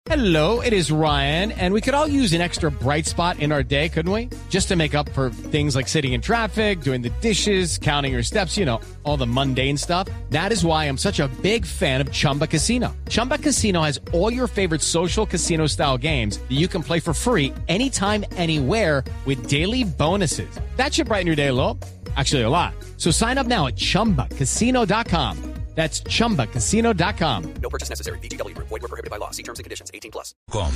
Hello, it is Ryan, and we could all use an extra bright spot in our day, couldn't we? Just to make up for things like sitting in traffic, doing the dishes, counting your steps, you know, all the mundane stuff. That is why I'm such a big fan of Chumba Casino. Chumba Casino has all your favorite social casino-style games that you can play for free anytime, anywhere with daily bonuses. That should brighten your day a little. Actually, a lot. So sign up now at ChumbaCasino.com. That's ChumbaCasino.com. No purchase necessary. VGW Group. Void where prohibited by law. See terms and conditions. 18+.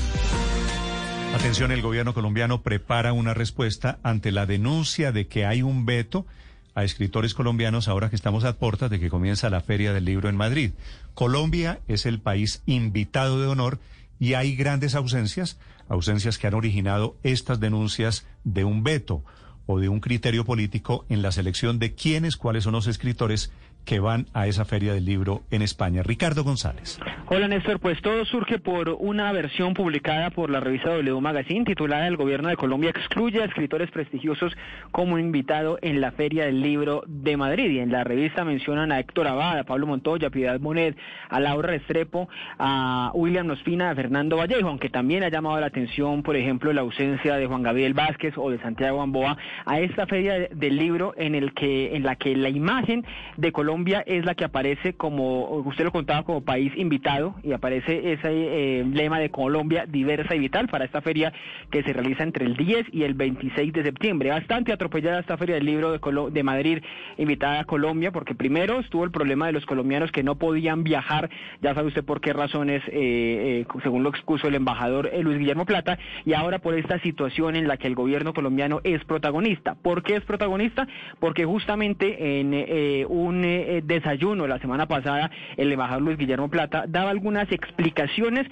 Atención, el gobierno colombiano prepara una respuesta ante la denuncia de que hay un veto a escritores colombianos ahora que estamos a puertas de que comienza la Feria del Libro en Madrid. Colombia es el país invitado de honor y hay grandes ausencias que han originado estas denuncias de un veto o de un criterio político en la selección de cuáles son los escritores que van a esa Feria del Libro en España. Ricardo González. Hola, Néstor. Pues todo surge por una versión publicada por la revista W Magazine titulada "El gobierno de Colombia excluye a escritores prestigiosos como invitado en la Feria del Libro de Madrid". Y en la revista mencionan a Héctor Abad, a Pablo Montoya, a Piedad Bonet, a Laura Restrepo, a William Ospina, a Fernando Vallejo, aunque también ha llamado la atención, por ejemplo, la ausencia de Juan Gabriel Vázquez o de Santiago Gamboa a esta Feria del Libro en la que la imagen de Colombia es la que aparece como, usted lo contaba, como país invitado, y aparece ese lema de Colombia diversa y vital para esta feria que se realiza entre el 10 y el 26 de septiembre. Bastante atropellada esta Feria del Libro de Madrid, invitada a Colombia, porque primero estuvo el problema de los colombianos que no podían viajar, ya sabe usted por qué razones, según lo expuso el embajador Luis Guillermo Plata, y ahora por esta situación en la que el gobierno colombiano es protagonista. ¿Por qué es protagonista? Porque justamente en un desayuno la semana pasada, el embajador Luis Guillermo Plata daba algunas explicaciones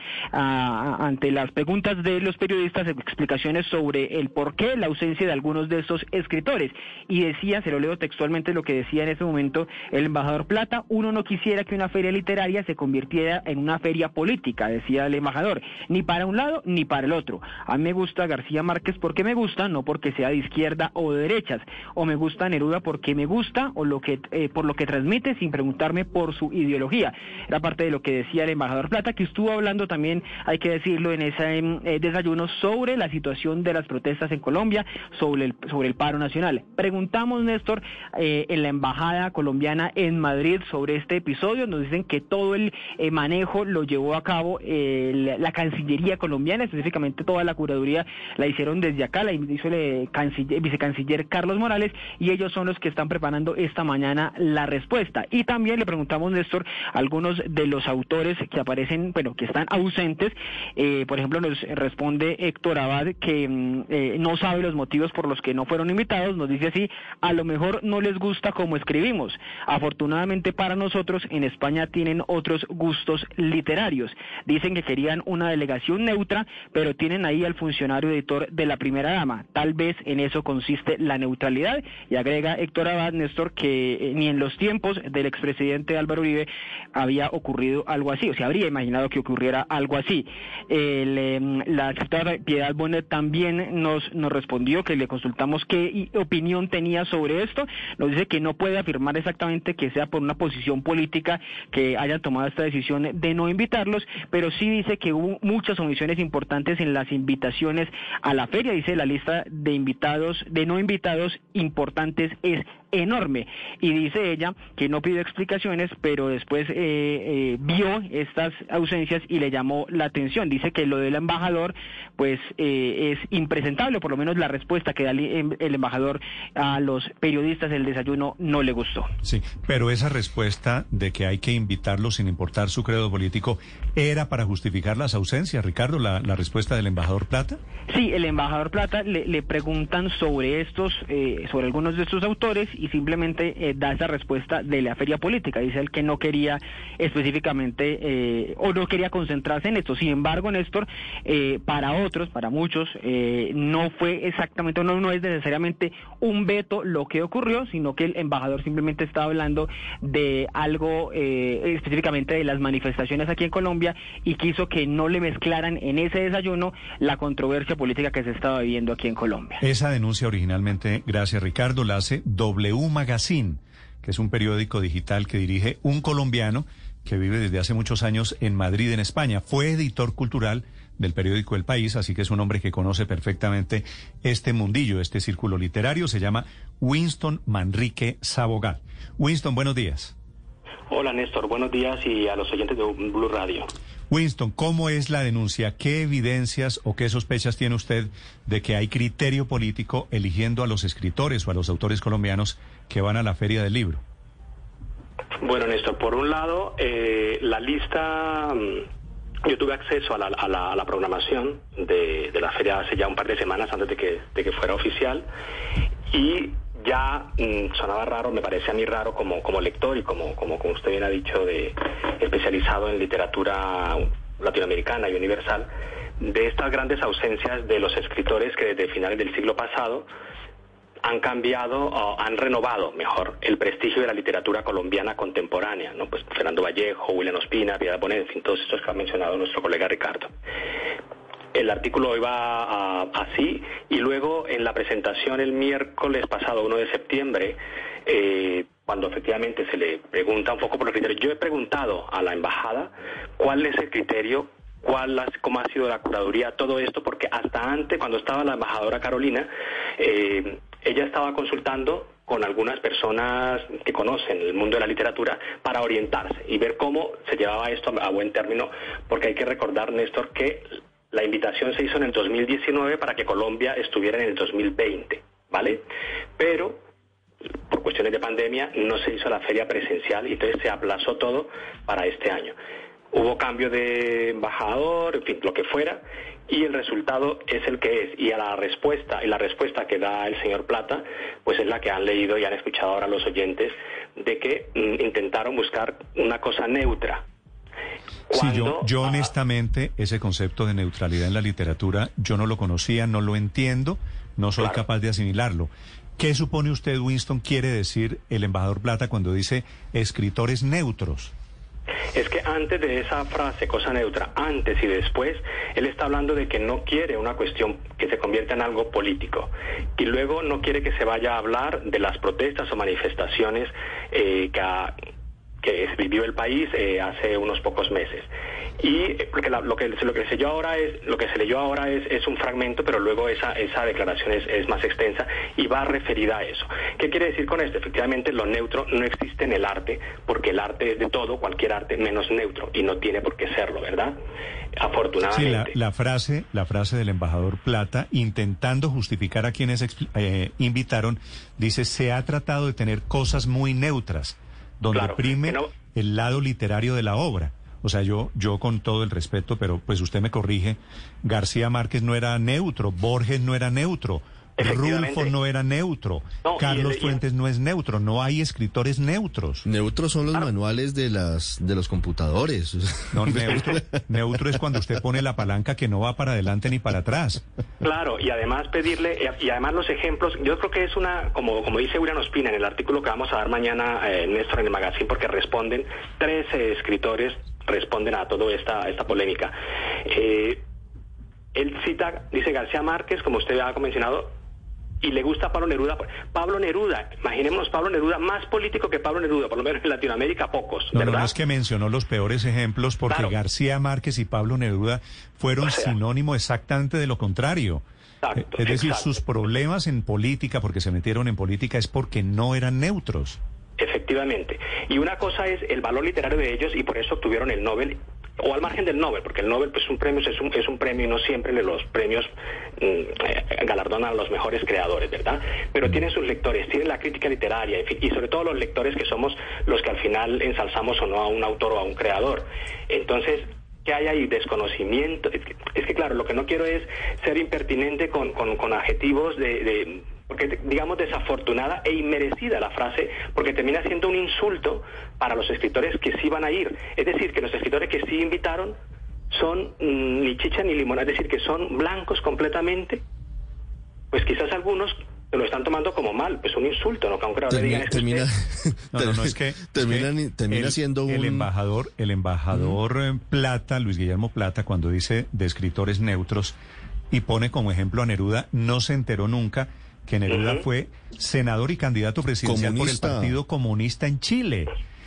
ante las preguntas de los periodistas, explicaciones sobre el porqué, la ausencia de algunos de estos escritores, y decía, se lo leo textualmente lo que decía en ese momento el embajador Plata: "Uno no quisiera que una feria literaria se convirtiera en una feria política", decía el embajador, "ni para un lado ni para el otro. A mí me gusta García Márquez porque me gusta, no porque sea de izquierda o de derechas, o me gusta Neruda porque me gusta, o por lo que transmite, sin preguntarme por su ideología". Era parte de lo que decía el embajador Plata, que estuvo hablando también, hay que decirlo, en ese desayuno sobre la situación de las protestas en Colombia, sobre el paro nacional. Preguntamos, Néstor, en la embajada colombiana en Madrid sobre este episodio. Nos dicen que todo el manejo lo llevó a cabo la Cancillería colombiana, específicamente toda la curaduría la hicieron desde acá, la hizo el vicecanciller Carlos Morales, y ellos son los que están preparando esta mañana la respuesta. Y también le preguntamos, Néstor, a algunos de los autores que aparecen, bueno, que están ausentes. Por ejemplo, nos responde Héctor Abad que no sabe los motivos por los que no fueron invitados. Nos dice así: "A lo mejor no les gusta como escribimos. Afortunadamente para nosotros, en España tienen otros gustos literarios. Dicen que querían una delegación neutra, pero tienen ahí al funcionario editor de la primera dama. Tal vez en eso consiste la neutralidad". Y agrega Héctor Abad, Néstor, que ni en los tiempos del expresidente Álvaro Uribe había ocurrido algo así, o se habría imaginado que ocurriera algo así. La escritora Piedad Bonet también nos respondió, que le consultamos qué opinión tenía sobre esto. Nos dice que no puede afirmar exactamente que sea por una posición política que hayan tomado esta decisión de no invitarlos, pero sí dice que hubo muchas omisiones importantes en las invitaciones a la feria. Dice: "La lista de no invitados importantes es enorme", y dice ella que no pidió explicaciones, pero después vio estas ausencias y le llamó la atención. Dice que lo del embajador pues es impresentable, por lo menos la respuesta que da el embajador a los periodistas del desayuno no le gustó. Sí, pero esa respuesta de que hay que invitarlos sin importar su credo político, ¿era para justificar las ausencias, Ricardo, la respuesta del embajador Plata? Sí, el embajador Plata le preguntan sobre sobre algunos de estos autores, y simplemente da esa respuesta de la feria política. Dice él que no quería específicamente o no quería concentrarse en esto. Sin embargo, Néstor, para otros, para muchos, no fue exactamente, no es necesariamente un veto lo que ocurrió, sino que el embajador simplemente estaba hablando de algo específicamente de las manifestaciones aquí en Colombia, y quiso que no le mezclaran en ese desayuno la controversia política que se estaba viviendo aquí en Colombia. Esa denuncia originalmente, gracias Ricardo, la hace W Magazine, que es un periódico digital que dirige un colombiano que vive desde hace muchos años en Madrid, en España. Fue editor cultural del periódico El País, así que es un hombre que conoce perfectamente este mundillo, este círculo literario. Se llama Winston Manrique Sabogal. Winston, buenos días. Hola Néstor, buenos días y a los oyentes de Blue Radio. Winston, ¿cómo es la denuncia? ¿Qué evidencias o qué sospechas tiene usted de que hay criterio político eligiendo a los escritores o a los autores colombianos que van a la Feria del Libro? Bueno, Néstor, por un lado, la lista, yo tuve acceso a la programación de la feria hace ya un par de semanas antes de que fuera oficial, y ya sonaba raro, me parece a mí raro como lector y como usted bien ha dicho, especializado en literatura latinoamericana y universal, de estas grandes ausencias de los escritores que desde finales del siglo pasado han cambiado, o han renovado, mejor, el prestigio de la literatura colombiana contemporánea, ¿no? Pues Fernando Vallejo, William Ospina, Piedad Bonet, en fin, todos estos que ha mencionado nuestro colega Ricardo. El artículo iba así, y luego en la presentación el miércoles pasado, 1 de septiembre, cuando efectivamente se le pregunta un poco por los criterios, yo he preguntado a la embajada cuál es el criterio, cómo ha sido la curaduría, todo esto, porque hasta antes, cuando estaba la embajadora Carolina, ella estaba consultando con algunas personas que conocen el mundo de la literatura para orientarse y ver cómo se llevaba esto a buen término, porque hay que recordar, Néstor, que la invitación se hizo en el 2019 para que Colombia estuviera en el 2020, ¿vale? Pero por cuestiones de pandemia no se hizo la feria presencial y entonces se aplazó todo para este año. Hubo cambio de embajador, en fin, lo que fuera, y el resultado es el que es. Y la respuesta que da el señor Plata, pues es la que han leído y han escuchado ahora los oyentes, de que intentaron buscar una cosa neutra. Sí, yo honestamente ese concepto de neutralidad en la literatura yo no lo conocía, no lo entiendo, no soy capaz de asimilarlo. ¿Qué supone usted, Winston, quiere decir el embajador Plata cuando dice escritores neutros? Es que antes de esa frase, cosa neutra, antes y después, él está hablando de que no quiere una cuestión que se convierta en algo político, y luego no quiere que se vaya a hablar de las protestas o manifestaciones que vivió el país hace unos pocos meses. Y porque lo que se leyó ahora es un fragmento, pero luego esa declaración es más extensa y va referida a eso. ¿Qué quiere decir con esto? Efectivamente, lo neutro no existe en el arte, porque el arte es de todo, cualquier arte menos neutro, y no tiene por qué serlo, ¿verdad? Afortunadamente. Sí, la frase del embajador Plata, intentando justificar a quienes invitaron, dice: se ha tratado de tener cosas muy neutras, donde prime el lado literario de la obra. O sea, yo con todo el respeto, pero pues usted me corrige, García Márquez no era neutro, Borges no era neutro, Rulfo no era neutro, Carlos Fuentes no es neutro, no hay escritores neutros. Neutros son los manuales de los computadores. No, neutro es cuando usted pone la palanca que no va para adelante ni para atrás. Claro, y además y además los ejemplos, yo creo que es como dice William Ospina en el artículo que vamos a dar mañana, Néstor, en el magazine, porque responden 13 escritores, responden a toda esta polémica. Él cita, dice García Márquez, como usted ha mencionado, y le gusta Pablo Neruda. Pablo Neruda, imaginémonos Pablo Neruda, más político que Pablo Neruda, por lo menos en Latinoamérica pocos, ¿verdad? No es que mencionó los peores ejemplos, porque claro, García Márquez y Pablo Neruda fueron sinónimo exactamente de lo contrario. Exacto, es decir, sus problemas en política, porque se metieron en política, es porque no eran neutros. Efectivamente. Y una cosa es el valor literario de ellos, y por eso obtuvieron el Nobel, o al margen del Nobel, porque el Nobel pues un premio es un premio, y no siempre los premios galardonan a los mejores creadores, ¿verdad? Pero tienen sus lectores, tienen la crítica literaria, en fin, y sobre todo los lectores que somos los que al final ensalzamos o no a un autor o a un creador. Entonces, ¿qué hay ahí? Desconocimiento. Es que claro, lo que no quiero es ser impertinente con adjetivos porque digamos desafortunada e inmerecida la frase, porque termina siendo un insulto para los escritores que sí van a ir. Es decir, que los escritores que sí invitaron son ni chicha ni limón, es decir, que son blancos completamente. Pues quizás algunos lo están tomando como mal, pues un insulto, ¿no? Que a un creador termina siendo el embajador Plata, Luis Guillermo Plata, cuando dice de escritores neutros y pone como ejemplo a Neruda, no se enteró nunca que Neruda fue senador y candidato presidencial por el Partido Comunista en Chile.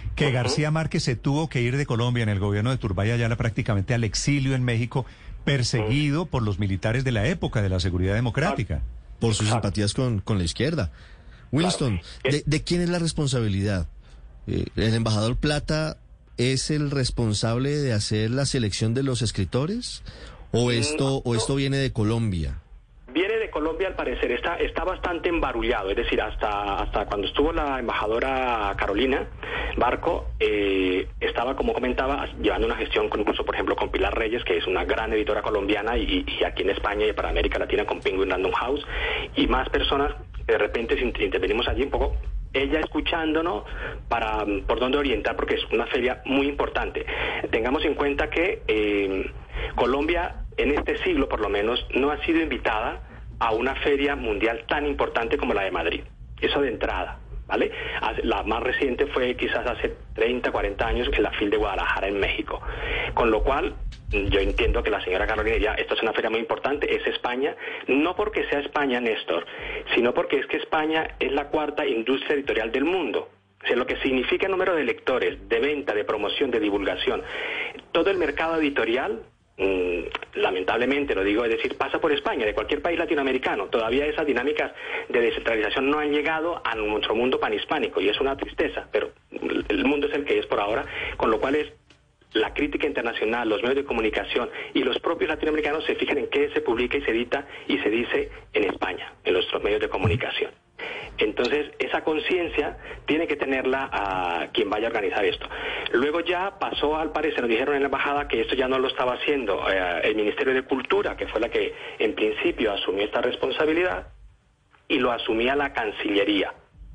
que García Márquez se tuvo que ir de Colombia en el gobierno de Turbay Ayala prácticamente al exilio en México, perseguido por los militares de la época de la Seguridad Democrática. Por sus simpatías con la izquierda. Winston, ¿de quién es la responsabilidad? ¿El embajador Plata es el responsable de hacer la selección de los escritores? ¿O esto viene de Colombia? Viene de Colombia, al parecer. Está bastante embarullado. Es decir, hasta cuando estuvo la embajadora Carolina Barco, estaba, como comentaba, llevando una gestión incluso, por ejemplo, con Pilar Reyes, que es una gran editora colombiana, y aquí en España y para América Latina con Penguin Random House, y más personas. De repente intervenimos allí un poco, ella escuchándonos por dónde orientar, porque es una feria muy importante. Tengamos en cuenta que Colombia, en este siglo por lo menos, no ha sido invitada a una feria mundial tan importante como la de Madrid. Eso de entrada, ¿vale? La más reciente fue quizás hace 30, 40 años en la FIL de Guadalajara, en México. Con lo cual, yo entiendo que la señora Carolina diría, esto es una feria muy importante, es España, no porque sea España, Néstor, sino porque es que España es la cuarta industria editorial del mundo. O sea, lo que significa el número de lectores, de venta, de promoción, de divulgación. Todo el mercado editorial, lamentablemente lo digo, es decir, pasa por España, de cualquier país latinoamericano. Todavía esas dinámicas de descentralización no han llegado a nuestro mundo panhispánico, y es una tristeza, pero el mundo es el que es por ahora, con lo cual es la crítica internacional, los medios de comunicación y los propios latinoamericanos se fijan en qué se publica y se edita y se dice en España, en nuestros medios de comunicación. Entonces, esa conciencia tiene que tenerla a quien vaya a organizar esto. Luego ya pasó, al parecer, nos dijeron en la embajada que esto ya no lo estaba haciendo el Ministerio de Cultura, que fue la que en principio asumió esta responsabilidad, y lo asumía la Cancillería.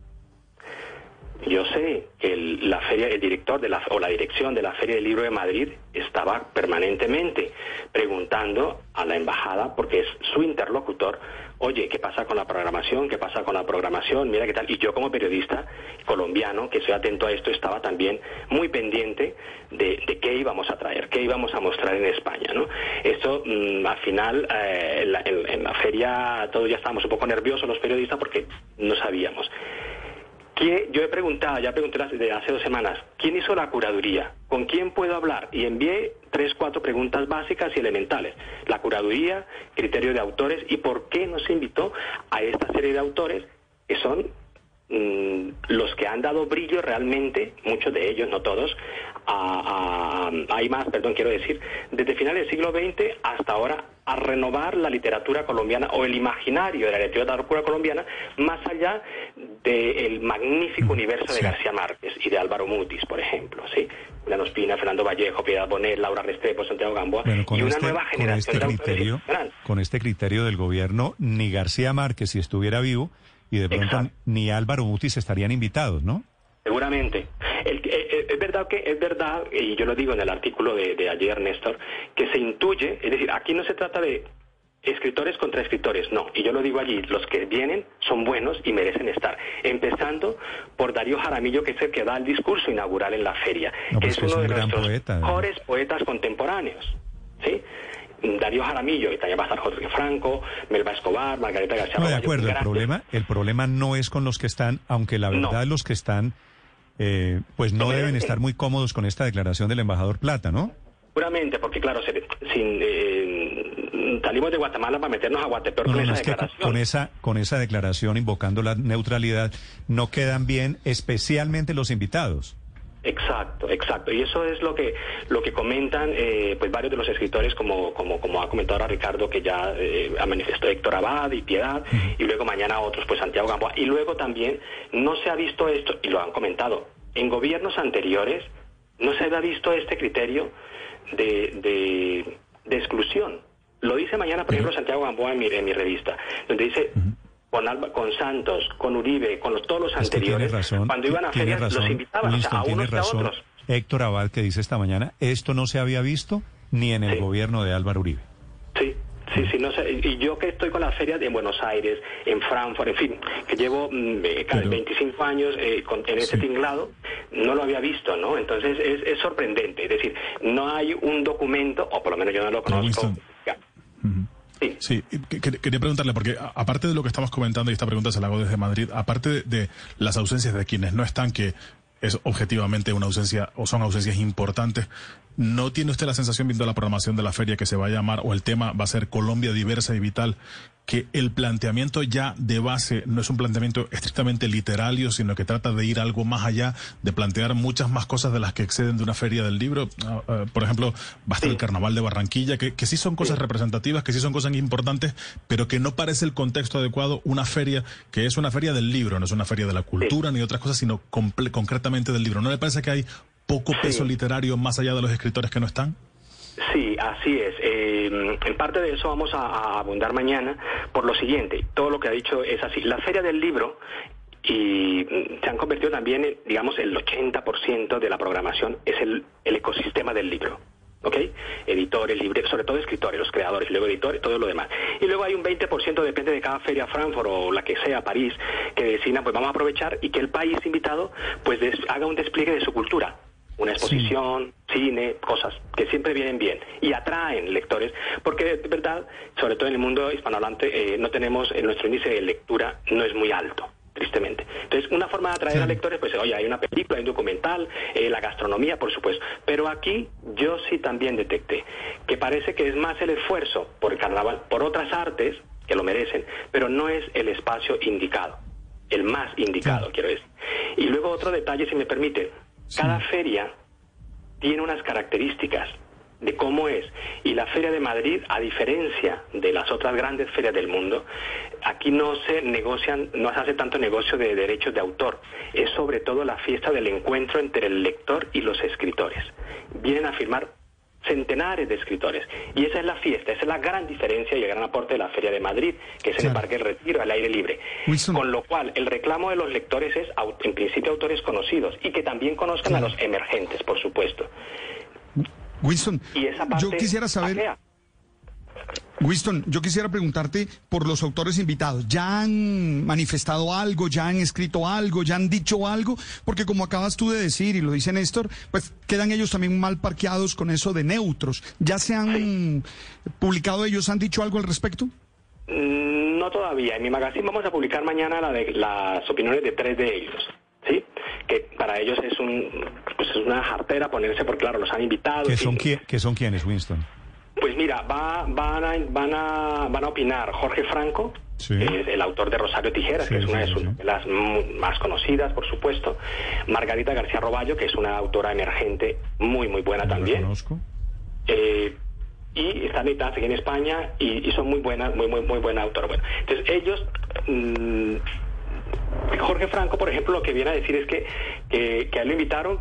Yo sé que el director o la dirección de la Feria del Libro de Madrid estaba permanentemente preguntando a la embajada, porque es su interlocutor, oye, ¿qué pasa con la programación? ¿Qué pasa con la programación? Mira qué tal. Y yo, como periodista colombiano, que soy atento a esto, estaba también muy pendiente de qué íbamos a traer, qué íbamos a mostrar en España, ¿no? Esto, al final, en la feria todos ya estábamos un poco nerviosos los periodistas porque no sabíamos. Yo ya pregunté desde hace 2 semanas, ¿quién hizo la curaduría? ¿Con quién puedo hablar? Y envié 3, 4 preguntas básicas y elementales. La curaduría, criterio de autores, y por qué no se invitó a esta serie de autores que son los que han dado brillo realmente, muchos de ellos, no todos, hay más, quiero decir, desde finales del siglo XX hasta ahora, a renovar la literatura colombiana o el imaginario de la literatura colombiana, más allá del magnífico universo de García Márquez y de Álvaro Mutis, por ejemplo, ¿sí? Julián Ospina, Fernando Vallejo, Piedad Bonet, Laura Restrepo, Santiago Gamboa, y una nueva generación de autores. Con este criterio del gobierno, ni García Márquez, si estuviera vivo, y de pronto ni Álvaro Mutis estarían invitados, ¿no? Seguramente. Es verdad, y yo lo digo en el artículo de ayer, Néstor, que se intuye, es decir, aquí no se trata de escritores contra escritores, no, y yo lo digo allí, los que vienen son buenos y merecen estar, empezando por Darío Jaramillo, que es el que da el discurso inaugural en la feria, que es uno de nuestros mejores poetas contemporáneos, ¿sí? Darío Jaramillo, y también va a estar Jorge Franco, Melba Escobar, Margarita García. No, de acuerdo, el problema no es con los que están, aunque la verdad los que están, pues no deben estar muy cómodos con esta declaración del embajador Plata, ¿no? Seguramente, porque claro, salimos de Guatemala para meternos a Guatepeor con esa declaración. Con esa declaración invocando la neutralidad, no quedan bien, especialmente los invitados. Exacto. Y eso es lo que comentan pues varios de los escritores, como ha comentado ahora Ricardo, que ya ha manifestado Héctor Abad y Piedad, y luego mañana otros, pues Santiago Gamboa. Y luego también no se ha visto esto, y lo han comentado, en gobiernos anteriores no se había visto este criterio de exclusión. Lo dice mañana, por ejemplo, Santiago Gamboa en mi revista, donde dice... Con Santos, con Uribe, con todos los anteriores, cuando iban a ferias los invitaban, Winston, a unos y a otros. Héctor Abad, que dice esta mañana, esto no se había visto ni en el gobierno de Álvaro Uribe. Sí, no sé, y yo que estoy con las ferias en Buenos Aires, en Frankfurt, en fin, que llevo 25 años en ese tinglado, no lo había visto, ¿no? Entonces es sorprendente, es decir, no hay un documento, o por lo menos yo no lo conozco. Sí, quería preguntarle, porque aparte de lo que estamos comentando, y esta pregunta se la hago desde Madrid, aparte de las ausencias de quienes no están, que es objetivamente una ausencia o son ausencias importantes. ¿No tiene usted la sensación, viendo la programación de la feria, que se va a llamar, o el tema va a ser Colombia diversa y vital, que el planteamiento ya de base no es un planteamiento estrictamente literario, sino que trata de ir algo más allá, de plantear muchas más cosas de las que exceden de una feria del libro? Por ejemplo, va a estar el Carnaval de Barranquilla, que sí son cosas representativas, que sí son cosas importantes, pero que no parece el contexto adecuado una feria que es una feria del libro, no es una feria de la cultura ni de otras cosas, sino concretamente del libro. ¿No le parece que hay poco peso literario más allá de los escritores que no están? Sí, así es. En parte de eso vamos a abundar mañana por lo siguiente. Todo lo que ha dicho es así. La Feria del Libro y se han convertido también en, digamos, el 80% de la programación es el ecosistema del libro. ¿Ok? Editores, libreros, sobre todo escritores, los creadores, luego editores, todo lo demás. Y luego hay un 20%, depende de cada feria, Frankfurt o la que sea, París, que decidan, pues vamos a aprovechar y que el país invitado pues haga un despliegue de su cultura. Una exposición, cine, cosas que siempre vienen bien y atraen lectores, porque de verdad, sobre todo en el mundo hispanohablante, no tenemos, nuestro índice de lectura no es muy alto, tristemente. Entonces, una forma de atraer a lectores, pues, oye, hay una película, hay un documental, la gastronomía, por supuesto. Pero aquí yo sí también detecté que parece que es más el esfuerzo por el carnaval, por otras artes que lo merecen, pero no es el espacio indicado, el más indicado, quiero decir. Y luego otro detalle, si me permite. Cada feria tiene unas características de cómo es. Y la Feria de Madrid, a diferencia de las otras grandes ferias del mundo, aquí no se hace tanto negocio de derechos de autor. Es sobre todo la fiesta del encuentro entre el lector y los escritores. Vienen a firmar centenares de escritores. Y esa es la fiesta, esa es la gran diferencia y el gran aporte de la Feria de Madrid, que es en el Parque del Retiro, al aire libre. Wilson. Con lo cual, el reclamo de los lectores es, en principio, autores conocidos y que también conozcan a los emergentes, por supuesto. Winston, y esa parte, yo quisiera saber... Winston, yo quisiera preguntarte por los autores invitados. ¿Ya han manifestado algo? ¿Ya han escrito algo? ¿Ya han dicho algo? Porque como acabas tú de decir, y lo dice Néstor, pues quedan ellos también mal parqueados con eso de neutros. ¿Ya se han publicado ellos? ¿Han dicho algo al respecto? No todavía. En mi magazine vamos a publicar mañana las opiniones de 3 de ellos. ¿Sí? Que para ellos es una jartera ponerse, porque claro, los han invitado. ¿Qué son quiénes, Winston? Pues mira, van a opinar Jorge Franco, que es el autor de Rosario Tijeras, que es una de las más conocidas, por supuesto. Margarita García Roballo, que es una autora emergente muy, muy buena también. Lo conozco. Y están editadas aquí en España y son muy buenas, muy buena autora. Bueno, entonces ellos... Jorge Franco, por ejemplo, lo que viene a decir es que a él lo invitaron,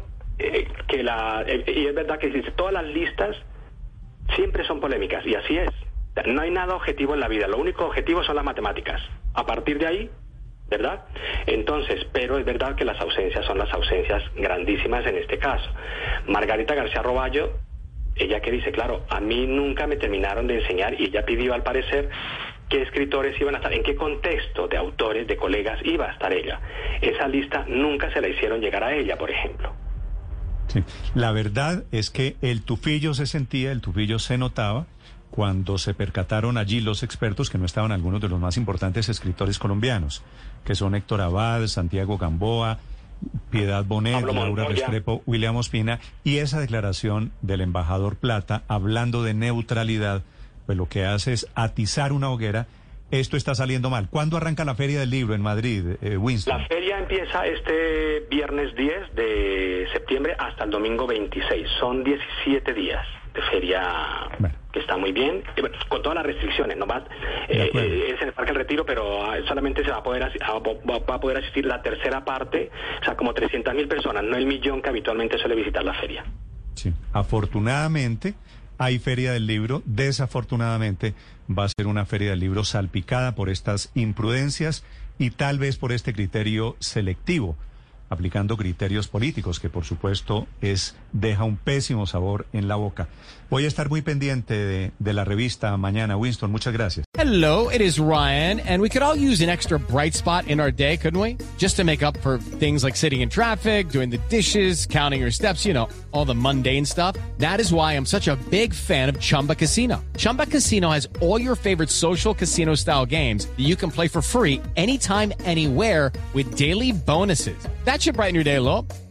y es verdad que dice, todas las listas siempre son polémicas, y así es. No hay nada objetivo en la vida, lo único objetivo son las matemáticas. A partir de ahí, ¿verdad? Entonces, pero es verdad que las ausencias son las ausencias grandísimas en este caso. Margarita García Roballo, ella que dice, claro, a mí nunca me terminaron de enseñar, y ella pidió al parecer qué escritores iban a estar, en qué contexto de autores, de colegas iba a estar ella. Esa lista nunca se la hicieron llegar a ella, por ejemplo. Sí. La verdad es que el tufillo se notaba cuando se percataron allí los expertos que no estaban algunos de los más importantes escritores colombianos, que son Héctor Abad, Santiago Gamboa, Piedad Bonet, Laura Restrepo, William Ospina, y esa declaración del embajador Plata hablando de neutralidad, pues lo que hace es atizar una hoguera. Esto está saliendo mal. ¿Cuándo arranca la Feria del Libro en Madrid, Winston? La feria empieza este viernes 10 de septiembre hasta el domingo 26. Son 17 días de feria, que está muy bien, con todas las restricciones, nomás. Es en el Parque del Retiro, pero solamente se va a poder asistir la tercera parte, o sea, como 300.000 personas, no el millón que habitualmente suele visitar la feria. Sí, afortunadamente hay Feria del Libro. Desafortunadamente va a ser una Feria del Libro salpicada por estas imprudencias y tal vez por este criterio selectivo, aplicando criterios políticos, que por supuesto deja un pésimo sabor en la boca. Voy a estar muy pendiente de la revista mañana. Winston, muchas gracias. Hello, it is Ryan, and we could all use an extra bright spot in our day, couldn't we? Just to make up for things like sitting in traffic, doing the dishes, counting your steps, all the mundane stuff. That is why I'm such a big fan of Chumba Casino. Chumba Casino has all your favorite social casino-style games that you can play for free anytime, anywhere with daily bonuses. That should brighten your day a little.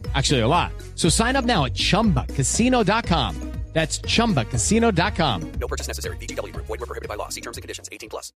Actually, a lot. So sign up now at ChumbaCasino.com. That's ChumbaCasino.com. No purchase necessary. VGW Group. Void where prohibited by law. See terms and conditions. 18+.